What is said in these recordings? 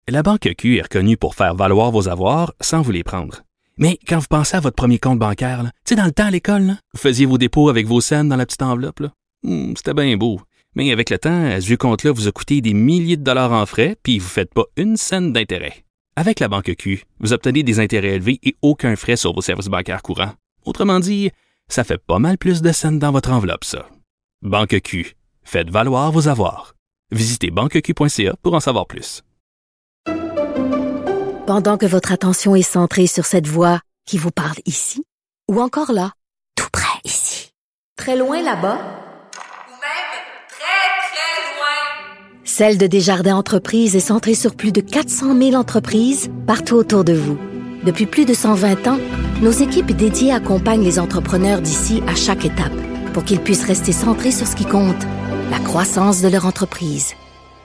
La Banque Q est reconnue pour faire valoir vos avoirs sans vous les prendre. Mais quand vous pensez à votre premier compte bancaire, tu sais, dans le temps à l'école, là, vous faisiez vos dépôts avec vos scènes dans la petite enveloppe. Là. C'était bien beau. Mais avec le temps, ce vieux compte-là vous a coûté des milliers de dollars en frais, puis vous ne faites pas une scène d'intérêt. Avec la Banque Q, vous obtenez des intérêts élevés et aucun frais sur vos services bancaires courants. Autrement dit, ça fait pas mal plus de scènes dans votre enveloppe, ça. Banque Q. Faites valoir vos avoirs. Visitez banqueq.ca pour en savoir plus. Pendant que votre attention est centrée sur cette voix qui vous parle ici, ou encore là, tout près ici, très loin là-bas, ou même très, très loin, Celle de Desjardins Entreprises est centrée sur plus de 400 000 entreprises partout autour de vous. Depuis plus de 120 ans, nos équipes dédiées accompagnent les entrepreneurs d'ici à chaque étape pour qu'ils puissent rester centrés sur ce qui compte, la croissance de leur entreprise.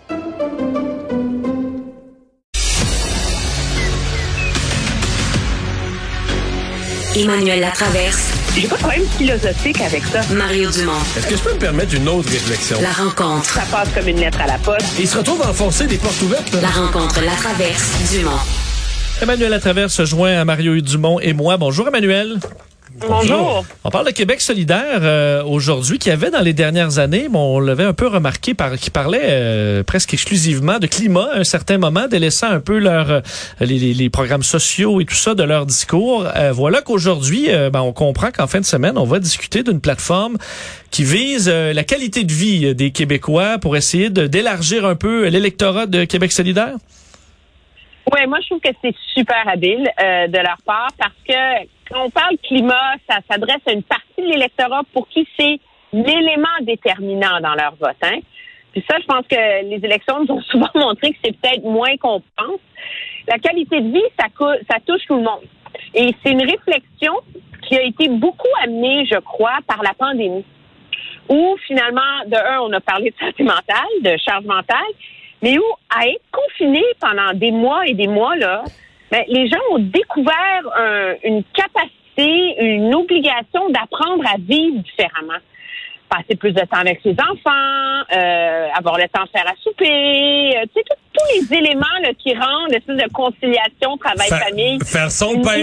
Emmanuel Latraverse. J'ai pas de problème philosophique avec ça. Mario Dumont. Est-ce que je peux me permettre une autre réflexion? La rencontre. Ça passe comme une lettre à la poste. Et il se retrouve à enfoncer des portes ouvertes. La rencontre Latraverse Dumont. Emmanuel Latraverse se joint à Mario Dumont et moi. Bonjour Emmanuel. Bonjour. On parle de Québec solidaire aujourd'hui, qui avait dans les dernières années, on l'avait un peu remarqué, qui parlait presque exclusivement de climat à un certain moment, délaissant un peu les programmes sociaux et tout ça de leur discours. Voilà qu'aujourd'hui, on comprend qu'en fin de semaine, on va discuter d'une plateforme qui vise la qualité de vie des Québécois pour essayer d'élargir un peu l'électorat de Québec solidaire. Oui, moi, je trouve que c'est super habile de leur part parce que quand on parle climat, ça s'adresse à une partie de l'électorat pour qui c'est l'élément déterminant dans leur vote. Hein? Puis ça, je pense que les élections nous ont souvent montré que c'est peut-être moins qu'on pense. La qualité de vie, ça touche tout le monde. Et c'est une réflexion qui a été beaucoup amenée, je crois, par la pandémie. Où finalement, de un, on a parlé de santé mentale, de charge mentale, mais où, à être confiné pendant des mois et des mois, là, les gens ont découvert une capacité, une obligation d'apprendre à vivre différemment. Passer plus de temps avec ses enfants, avoir le temps de faire à souper, tu sais, tous les éléments là, qui rendent l'espèce de conciliation travail-famille. Faire son pain.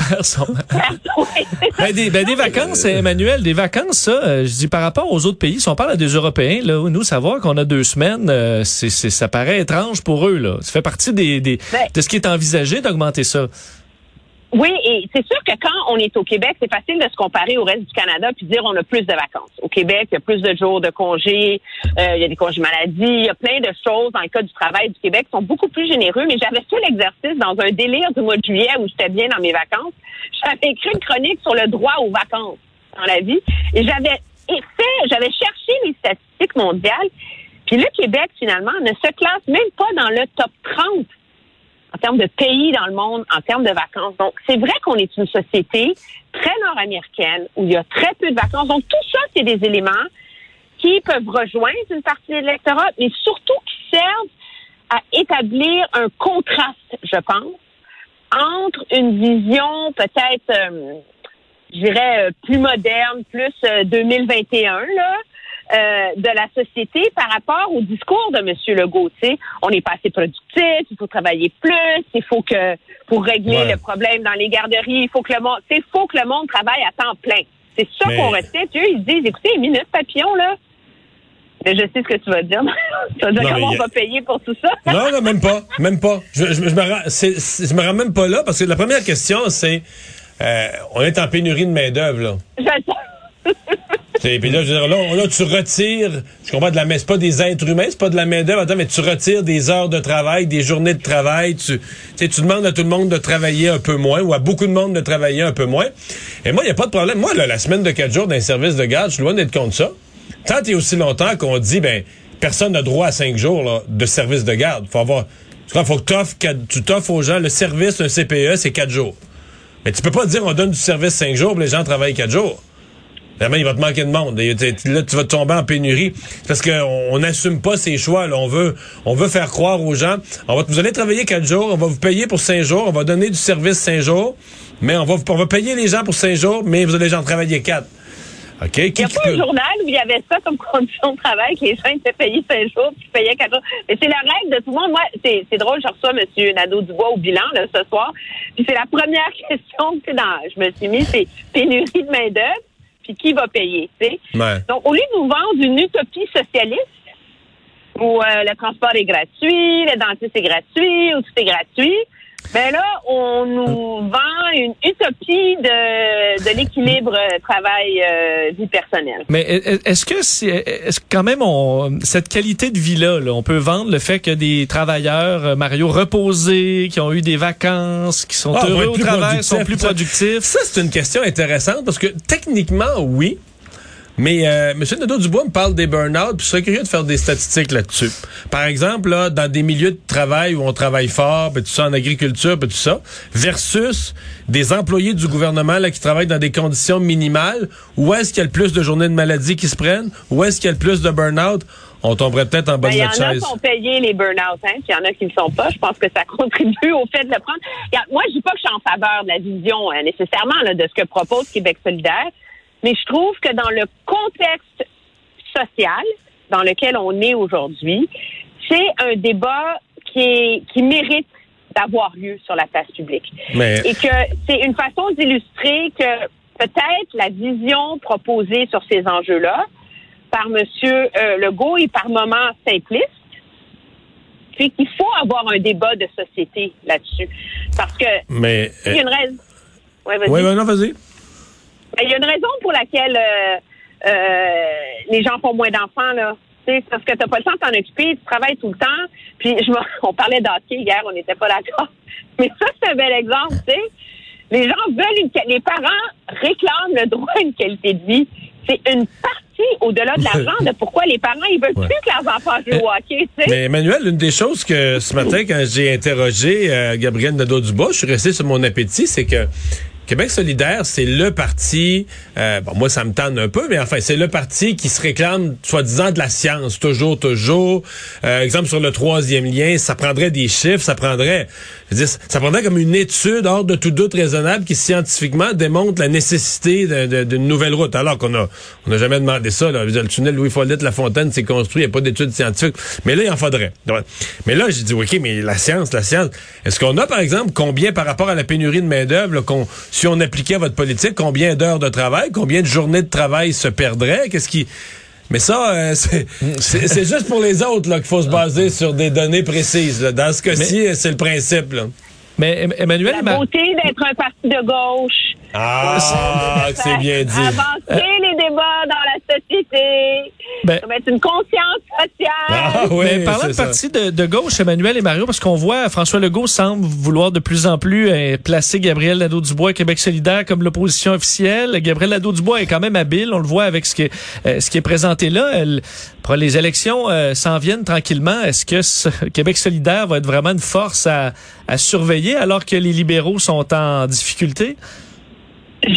Des vacances, Emmanuel, des vacances, ça, je dis par rapport aux autres pays, si on parle à des Européens, là, nous, savoir qu'on a 2 semaines, ça paraît étrange pour eux, là. Ça fait partie de ce qui est envisagé d'augmenter ça. Oui, et c'est sûr que quand on est au Québec, c'est facile de se comparer au reste du Canada puis dire on a plus de vacances. Au Québec, il y a plus de jours de congés, il y a des congés maladie, il y a plein de choses dans le cas du travail du Québec qui sont beaucoup plus généreux, mais j'avais fait l'exercice dans un délire du mois de juillet où j'étais bien dans mes vacances. J'avais écrit une chronique sur le droit aux vacances dans la vie et j'avais cherché les statistiques mondiales, puis le Québec, finalement, ne se classe même pas dans le top 30 en termes de pays dans le monde, en termes de vacances. Donc, c'est vrai qu'on est une société très nord-américaine où il y a très peu de vacances. Donc, tout ça, c'est des éléments qui peuvent rejoindre une partie de l'électorat, mais surtout qui servent à établir un contraste, je pense, entre une vision peut-être, je dirais, plus moderne, plus 2021, là, de la société par rapport au discours de M. Legault. T'sais, on n'est pas assez productif, il faut travailler plus, il faut que, pour régler le problème dans les garderies, il faut que le monde travaille à temps plein. C'est ça qu'on retient. Eux, ils disent, écoutez, une minute, papillon, là. Mais je sais ce que tu vas dire. Tu vas dire comment on va payer pour tout ça. Non, même pas. Je me rends même pas là, parce que la première question, c'est, on est en pénurie de main-d'œuvre, là. Je sais. Et puis là, je veux dire, là, tu retires, je comprends, c'est pas des êtres humains, c'est pas de la main-d'œuvre, mais tu retires des heures de travail, des journées de travail, tu demandes à tout le monde de travailler un peu moins, ou à beaucoup de monde de travailler un peu moins. Et moi, il n'y a pas de problème. Moi, là, la semaine de 4 jours d'un service de garde, je suis loin d'être contre ça. Tant et aussi longtemps qu'on dit, personne n'a droit à 5 jours, là, de service de garde. Faut que tu t'offres aux gens le service, un CPE, c'est 4 jours. Mais tu peux pas dire, on donne du service 5 jours, puis les gens travaillent 4 jours. Vraiment, il va te manquer de monde. Et là, tu vas tomber en pénurie. Parce qu'on n'assume pas ces choix. Là. On veut faire croire aux gens, vous allez travailler 4 jours, on va vous payer pour 5 jours, on va donner du service 5 jours, mais on va payer les gens pour 5 jours, mais vous allez en travailler 4. OK. Il n'y a pas un journal où il y avait ça comme condition de travail, que les gens étaient payés 5 jours, puis payaient 4 jours. Mais c'est la règle de tout le monde. Moi, c'est drôle, je reçois M. Nadeau-Dubois au bilan là, ce soir. Puis c'est la première question que je me suis mis, c'est pénurie de main-d'œuvre, puis qui va payer, tu sais? Ouais. Donc, au lieu de nous vendre une utopie socialiste, où le transport est gratuit, le dentiste est gratuit, où tout est gratuit, ben là, on nous vend une utopie de l'équilibre travail-vie personnelle. Mais est-ce que quand même cette qualité de vie-là, on peut vendre le fait que des travailleurs, Mario, reposés, qui ont eu des vacances, qui sont heureux au travail, sont plus productifs? Ça, c'est une question intéressante parce que techniquement, oui. Mais M. Nadeau-Dubois me parle des burn-out, puis je serais curieux de faire des statistiques là-dessus. Par exemple, là, dans des milieux de travail où on travaille fort, puis tout ça, en agriculture, puis tout ça, versus des employés du gouvernement là qui travaillent dans des conditions minimales, où est-ce qu'il y a le plus de journées de maladie qui se prennent? Où est-ce qu'il y a le plus de burn-out? On tomberait peut-être en bas de notre chaise. Il y en a qui sont payés les burn-out, hein, puis il y en a qui ne le sont pas. Je pense que ça contribue au fait de le prendre. Regarde, moi, je dis pas que je suis en faveur de la vision nécessairement là, de ce que propose Québec solidaire. Mais je trouve que dans le contexte social dans lequel on est aujourd'hui, c'est un débat qui mérite d'avoir lieu sur la place publique. Et que c'est une façon d'illustrer que peut-être la vision proposée sur ces enjeux-là par M. Legault est par moments simpliste, c'est qu'il faut avoir un débat de société là-dessus. Parce que il y a une raison. Vas-y. Il y a une raison pour laquelle les gens font moins d'enfants, là. C'est parce que t'as pas le temps de t'en occuper, tu travailles tout le temps. Puis on parlait d'hockey hier, on n'était pas d'accord. Mais ça, c'est un bel exemple, tu sais. Les gens veulent les parents réclament le droit à une qualité de vie. C'est une partie au-delà de l'argent de pourquoi les parents ils veulent plus que leurs enfants jouent au hockey, tu sais. Mais Emmanuel, une des choses que ce matin, quand j'ai interrogé Gabriel Nadeau-Dubois, je suis resté sur mon appétit, c'est que Québec solidaire, c'est le parti, moi ça me tente un peu, mais enfin c'est le parti qui se réclame soi-disant de la science, toujours. Exemple sur le 3e lien, ça prendrait des chiffres, ça prendrait comme une étude hors de tout doute raisonnable qui scientifiquement démontre la nécessité d'une nouvelle route, alors qu'on a jamais demandé ça. Là. Le tunnel Louis-Follette-Lafontaine s'est construit, il n'y a pas d'études scientifiques, mais là il en faudrait. Mais là j'ai dit ok, mais la science, est-ce qu'on a par exemple combien par rapport à la pénurie de main-d'œuvre si on appliquait votre politique, combien d'heures de travail, combien de journées de travail se perdraient, mais ça, c'est juste pour les autres là qu'il faut se baser sur des données précises. Là. Dans ce cas-ci, c'est le principe. Là. Mais Emmanuel, la beauté d'être un parti de gauche. C'est bien dit. Avancer les débats dans la société. Mettre une conscience sociale. Mais parlant de parti de gauche, Emmanuel et Mario, parce qu'on voit François Legault semble vouloir de plus en plus placer Gabriel Nadeau-Dubois à Québec solidaire comme l'opposition officielle. Gabriel Nadeau-Dubois est quand même habile, on le voit avec ce qui est présenté là. Les élections s'en viennent tranquillement. Est-ce que Québec solidaire va être vraiment une force à surveiller alors que les libéraux sont en difficulté? Je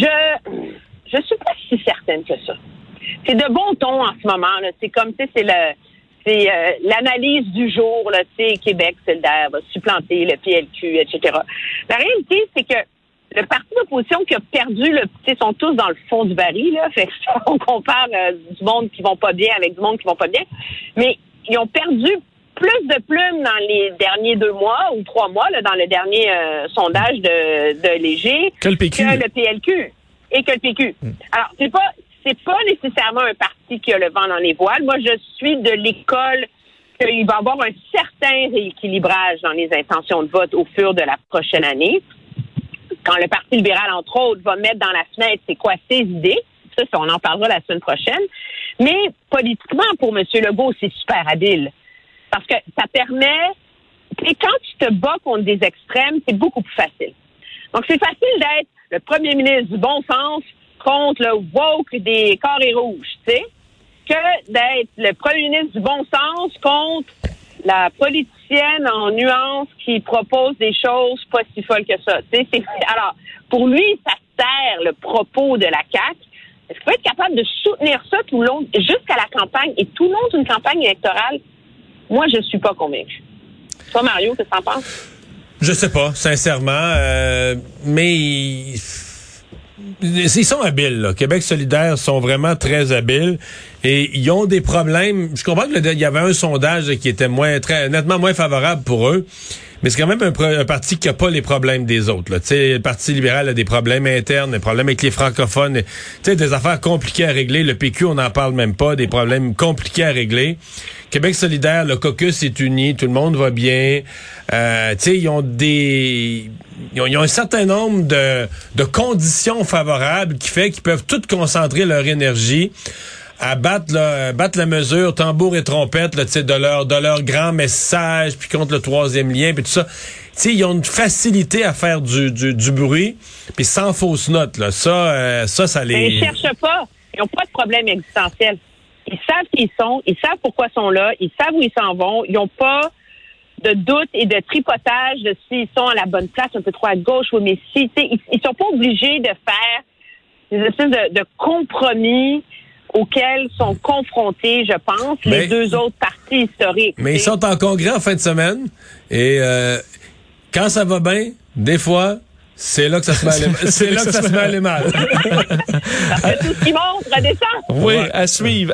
suis pas si certaine que ça. C'est de bon ton en ce moment. Là. C'est comme, tu sais, c'est l'analyse du jour. Là, tu sais, Québec solidaire va supplanter le PLQ, etc. La réalité, c'est que le parti d'opposition qui a perdu, tu sais, sont tous dans le fond du baril. Là, fait que on compare du monde qui vont pas bien avec du monde qui vont pas bien. Mais ils ont perdu plus de plumes dans les derniers 2 mois ou 3 mois, là, dans le dernier sondage de Léger, que le PLQ et que le PQ. Alors, c'est pas nécessairement un parti qui a le vent dans les voiles. Moi, je suis de l'école qu'il va y avoir un certain rééquilibrage dans les intentions de vote au fur de la prochaine année. Quand le Parti libéral, entre autres, va mettre dans la fenêtre c'est quoi ses idées. Ça, on en parlera la semaine prochaine. Mais politiquement, pour M. Legault, c'est super habile. Parce que ça permet... Et quand tu te bats contre des extrêmes, c'est beaucoup plus facile. Donc, c'est facile d'être le premier ministre du bon sens contre le woke des carrés rouges, tu sais, que d'être le premier ministre du bon sens contre la politicienne en nuance qui propose des choses pas si folles que ça. Tu sais, alors, pour lui, ça sert le propos de la CAQ. Est-ce qu'il faut être capable de soutenir ça tout le long, jusqu'à la campagne et tout le long d'une campagne électorale? Moi, je suis pas convaincue. Toi, Mario, qu'est-ce que t'en penses? Je sais pas, sincèrement, mais ils sont habiles, là. Québec solidaire sont vraiment très habiles et ils ont des problèmes. Je comprends qu'il y avait un sondage qui était nettement moins favorable pour eux, mais c'est quand même un parti qui a pas les problèmes des autres, là. Tu sais, le Parti libéral a des problèmes internes, des problèmes avec les francophones, tu sais, des affaires compliquées à régler. Le PQ, on n'en parle même pas, des problèmes compliqués à régler. Québec solidaire, le caucus est uni, tout le monde va bien. Tu sais, ils ont un certain nombre de conditions favorables qui fait qu'ils peuvent toutes concentrer leur énergie à battre la mesure, tambour et trompette, là, de leur grand message, puis contre le troisième lien, puis tout ça. T'sais, ils ont une facilité à faire du bruit, puis sans fausse note. Là. Ça les... Mais ils cherchent pas. Ils n'ont pas de problème existentiel. Ils savent qui ils sont, ils savent pourquoi ils sont là, ils savent où ils s'en vont, ils n'ont pas de doute et de tripotage de s'ils sont à la bonne place, un peu trop à gauche, ou mais si, ils sont pas obligés de faire des espèces de compromis auxquels sont confrontés, je pense, les deux autres partis historiques. Mais ils sont en congrès en fin de semaine et quand ça va bien, des fois, c'est là que ça se met à aller mal. Parce que tout ce qui monte redescend. Oui, à suivre.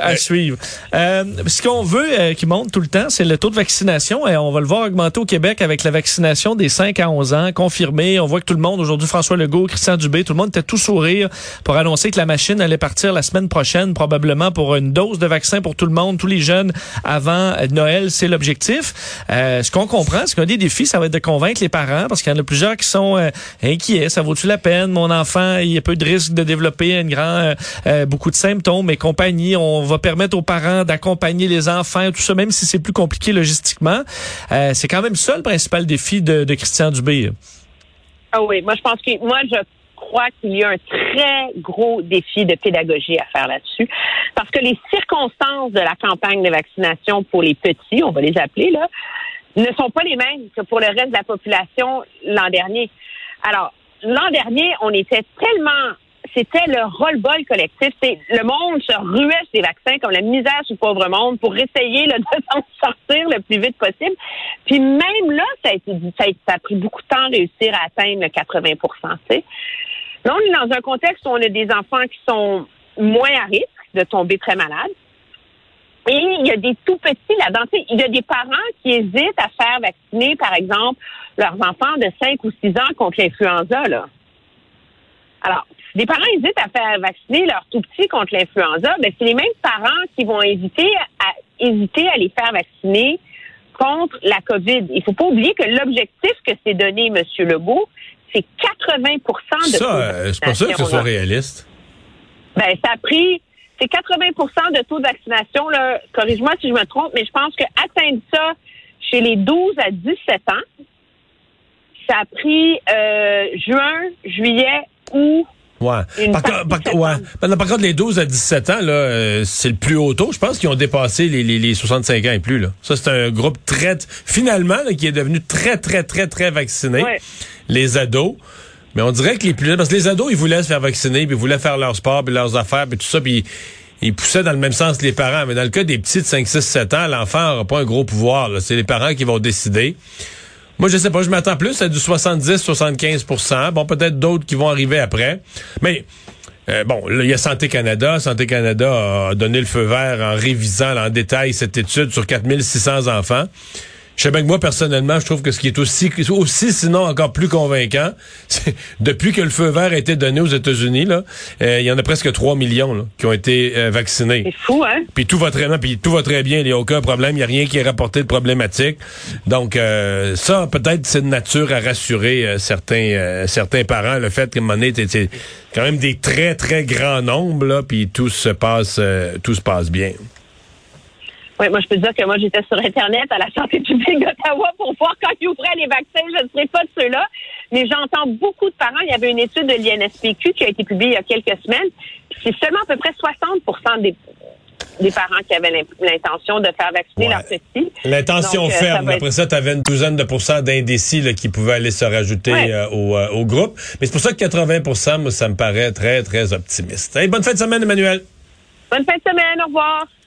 Ce qu'on veut qui monte tout le temps, c'est le taux de vaccination. Et on va le voir augmenter au Québec avec la vaccination des 5 à 11 ans, confirmée. On voit que tout le monde, aujourd'hui, François Legault, Christian Dubé, tout le monde était tout sourire pour annoncer que la machine allait partir la semaine prochaine, probablement pour une dose de vaccin pour tout le monde, tous les jeunes, avant Noël. C'est l'objectif. Ce qu'on comprend, c'est qu'un des défis, ça va être de convaincre les parents, parce qu'il y en a plusieurs qui sont inquiets. Ça vaut-tu la peine? Mon enfant, il y a peu de risque de développer beaucoup de symptômes et compagnie. On va permettre aux parents d'accompagner les enfants, tout ça, même si c'est plus compliqué logistiquement. C'est quand même ça le principal défi de Christian Dubé. Ah oui, moi je crois qu'il y a un très gros défi de pédagogie à faire là-dessus, parce que les circonstances de la campagne de vaccination pour les petits, on va les appeler là, ne sont pas les mêmes que pour le reste de la population l'an dernier. Alors, l'an dernier, c'était le roll-ball collectif. Le monde se ruait sur les vaccins comme la misère sur le pauvre monde pour essayer de s'en sortir le plus vite possible. Puis même là, ça a pris beaucoup de temps à réussir à atteindre le 80 t'sais. Là, on est dans un contexte où on a des enfants qui sont moins à risque de tomber très malades. Et il y a des tout petits là-dedans. Il y a des parents qui hésitent à faire vacciner, par exemple, leurs enfants de 5 ou 6 ans contre l'influenza, là. Alors, si les parents hésitent à faire vacciner leurs tout petits contre l'influenza, ben c'est les mêmes parents qui vont hésiter à les faire vacciner contre la COVID. Il faut pas oublier que l'objectif que s'est donné M. Legault, c'est 80 de ça, je suis pas sûr que ce soit réaliste. Ben, ça a pris... C'est 80 de taux de vaccination, là, corrige-moi si je me trompe, mais je pense qu'atteindre ça chez les 12 à 17 ans, ça a pris juin, juillet, août. Ouais. Par contre, les 12 à 17 ans, là, c'est le plus haut taux. Je pense qu'ils ont dépassé les 65 ans et plus, là. Ça, c'est un groupe finalement, là, qui est devenu très, très, très, très vacciné. Ouais. Les ados. Mais on dirait que parce que les ados, ils voulaient se faire vacciner, puis ils voulaient faire leur sport, puis leurs affaires, puis tout ça, puis ils poussaient dans le même sens que les parents. Mais dans le cas des petits de 5, 6, 7 ans, l'enfant n'aura pas un gros pouvoir, là. C'est les parents qui vont décider. Moi, je sais pas, je m'attends plus à du 70-75%. Bon, peut-être d'autres qui vont arriver après. Mais, bon, là, il y a Santé Canada. Santé Canada a donné le feu vert en révisant là, en détail cette étude sur 4600 enfants. Je sais bien que moi, personnellement, je trouve que ce qui est aussi sinon encore plus convaincant, c'est depuis que le feu vert a été donné aux États-Unis, là, il y en a presque 3 millions là, qui ont été vaccinés. C'est fou, hein? Puis tout va très bien, il n'y a aucun problème, il n'y a rien qui est rapporté de problématique. Donc, ça, peut-être, c'est de nature à rassurer certains parents, le fait qu'à un moment donné, c'est quand même des très, très grands nombres, là, puis tout se passe bien. Oui, moi, je peux dire que moi, j'étais sur Internet à la Santé publique d'Ottawa pour voir quand ils ouvraient les vaccins. Je ne serais pas de ceux-là. Mais j'entends beaucoup de parents. Il y avait une étude de l'INSPQ qui a été publiée il y a quelques semaines. C'est seulement à peu près 60% des parents qui avaient l'intention de faire vacciner leurs petits. L'intention ferme. Après ça, tu avais une douzaine de pourcents d'indécis là, qui pouvaient aller se rajouter au groupe. Mais c'est pour ça que 80%, moi, ça me paraît très, très optimiste. Hey, bonne fin de semaine, Emmanuel. Bonne fin de semaine. Au revoir.